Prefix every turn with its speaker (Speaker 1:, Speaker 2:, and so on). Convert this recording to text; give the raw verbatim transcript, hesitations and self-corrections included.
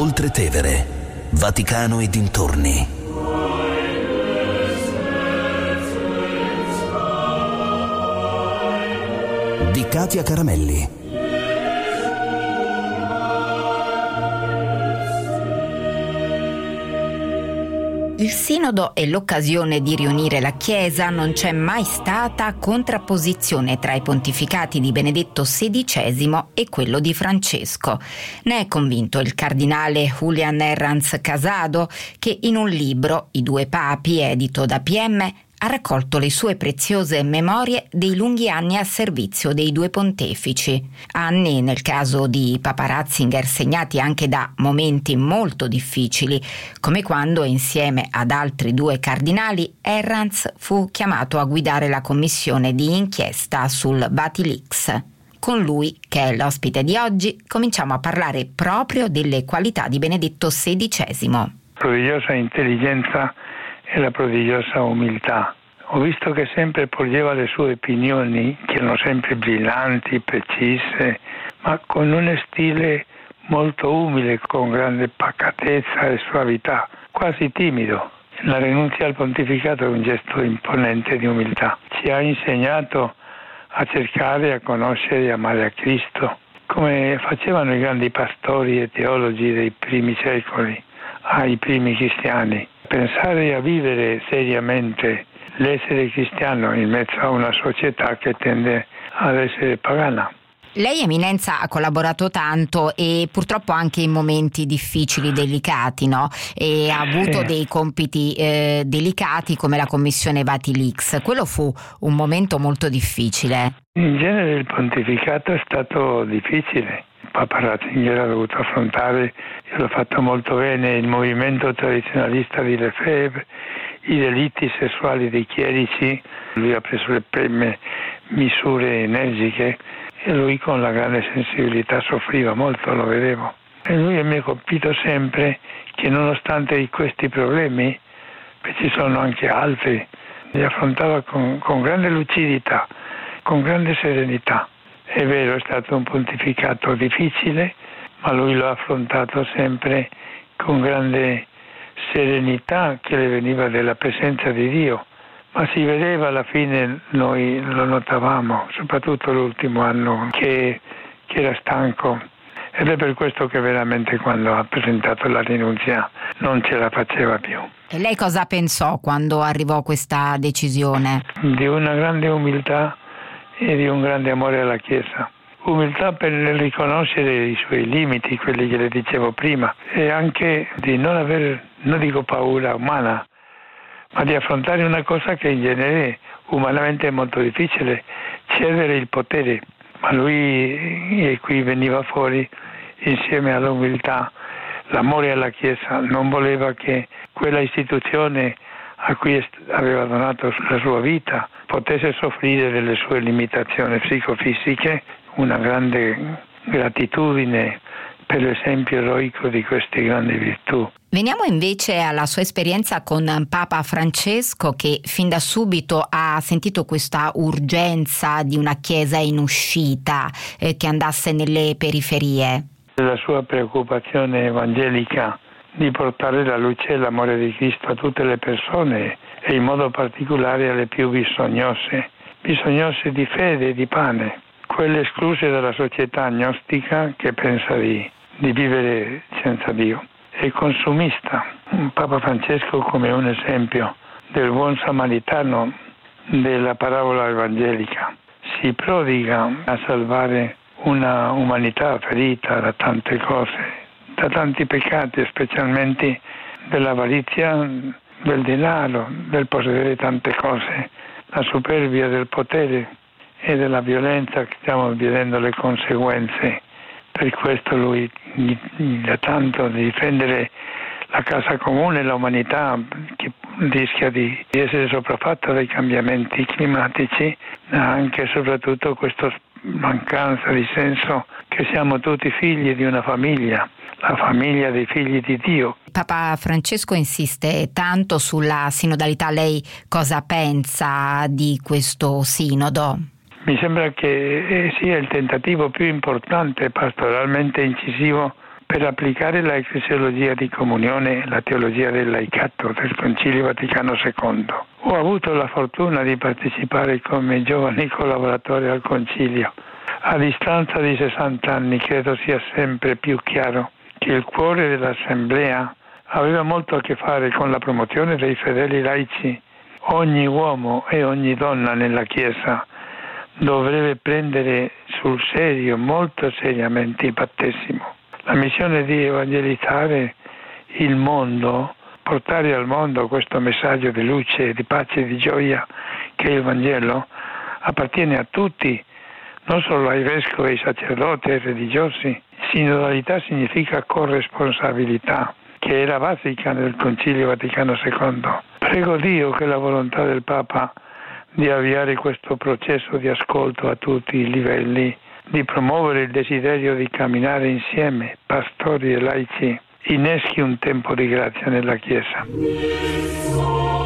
Speaker 1: Oltre Tevere, Vaticano e dintorni. Di Katia Caramelli.
Speaker 2: Il sinodo è l'occasione di riunire la Chiesa, non c'è mai stata contrapposizione tra i pontificati di Benedetto sedicesimo e quello di Francesco. Ne è convinto il cardinale Julian Herranz Casado, che in un libro, I due papi, edito da P M, ha raccolto le sue preziose memorie dei lunghi anni a servizio dei due pontefici. Anni, nel caso di Papa Ratzinger, segnati anche da momenti molto difficili, come quando, insieme ad altri due cardinali, Herranz fu chiamato a guidare la commissione di inchiesta sul Vatilix. Con lui, che è l'ospite di oggi, cominciamo a parlare proprio delle qualità di Benedetto sedicesimo.
Speaker 3: Prodigiosa intelligenza e la prodigiosa umiltà. Ho visto che sempre porgeva le sue opinioni, che erano sempre brillanti, precise, ma con un stile molto umile, con grande pacatezza e suavità, quasi timido. La rinuncia al pontificato è un gesto imponente di umiltà. Ci ha insegnato a cercare, a conoscere e amare a Cristo, come facevano i grandi pastori e teologi dei primi secoli, ai primi cristiani. Pensare a vivere seriamente l'essere cristiano in mezzo a una società che tende ad essere pagana.
Speaker 2: Lei, Eminenza, ha collaborato tanto e purtroppo anche in momenti difficili, delicati, no? E ha avuto sì. dei compiti eh, delicati come la commissione Vatilix. Quello fu un momento molto difficile.
Speaker 3: In genere il pontificato è stato difficile. Papa Ratzinger ha dovuto affrontare, e l'ha fatto molto bene, il movimento tradizionalista di Lefebvre, i delitti sessuali dei chierici. Lui ha preso le prime misure energiche e lui con la grande sensibilità soffriva molto, lo vedevo. E lui mi ha colpito sempre che nonostante questi problemi, che ci sono anche altri, li affrontava con, con grande lucidità, con grande serenità. È vero, è stato un pontificato difficile, ma lui lo ha affrontato sempre con grande serenità che le veniva dalla presenza di Dio. Ma si vedeva alla fine, noi lo notavamo, soprattutto l'ultimo anno, che, che era stanco. Ed è per questo che veramente quando ha presentato la rinuncia non ce la faceva più.
Speaker 2: E lei cosa pensò quando arrivò questa decisione?
Speaker 3: Di una grande umiltà e di un grande amore alla Chiesa. Umiltà per riconoscere i suoi limiti, quelli che le dicevo prima, e anche di non avere, non dico paura umana, ma di affrontare una cosa che in genere umanamente è molto difficile, cedere il potere. Ma lui, e qui veniva fuori, insieme all'umiltà, l'amore alla Chiesa, non voleva che quella istituzione a cui aveva donato la sua vita potesse soffrire delle sue limitazioni psicofisiche. Una grande gratitudine per l'esempio eroico di queste grandi virtù.
Speaker 2: Veniamo invece alla sua esperienza con Papa Francesco, che fin da subito ha sentito questa urgenza di una Chiesa in uscita, eh, che andasse nelle periferie.
Speaker 3: La sua preoccupazione evangelica di portare la luce e l'amore di Cristo a tutte le persone e in modo particolare alle più bisognose, bisognose di fede e di pane, quelle escluse dalla società agnostica che pensa di, di vivere senza Dio. È consumista. Papa Francesco, come un esempio del buon samaritano della parabola evangelica, si prodiga a salvare una umanità ferita da tante cose, da tanti peccati, specialmente dell'avarizia, del denaro, del possedere tante cose, la superbia del potere e della violenza che stiamo vedendo le conseguenze. Per questo lui gli dà tanto di difendere la casa comune, l'umanità che rischia di essere sopraffatta dai cambiamenti climatici, anche e soprattutto questa mancanza di senso che siamo tutti figli di una famiglia, la famiglia dei figli di Dio.
Speaker 2: Papa Francesco insiste tanto sulla sinodalità. Lei cosa pensa di questo sinodo?
Speaker 3: Mi sembra che sia il tentativo più importante, pastoralmente incisivo, per applicare la ecclesiologia di comunione, la teologia del laicato del Concilio Vaticano secondo. Ho avuto la fortuna di partecipare come giovane collaboratore al Concilio. A distanza di sessanta anni credo sia sempre più chiaro che il cuore dell'Assemblea aveva molto a che fare con la promozione dei fedeli laici. Ogni uomo e ogni donna nella Chiesa dovrebbe prendere sul serio, molto seriamente, il battesimo. La missione di evangelizzare il mondo, portare al mondo questo messaggio di luce, di pace e di gioia che è il Vangelo, appartiene a tutti, non solo ai vescovi, ai sacerdoti, ai religiosi. Sinodalità significa corresponsabilità, che era basica nel Concilio Vaticano secondo. Prego Dio che la volontà del Papa di avviare questo processo di ascolto a tutti i livelli, di promuovere il desiderio di camminare insieme, pastori e laici, inneschi un tempo di grazia nella Chiesa.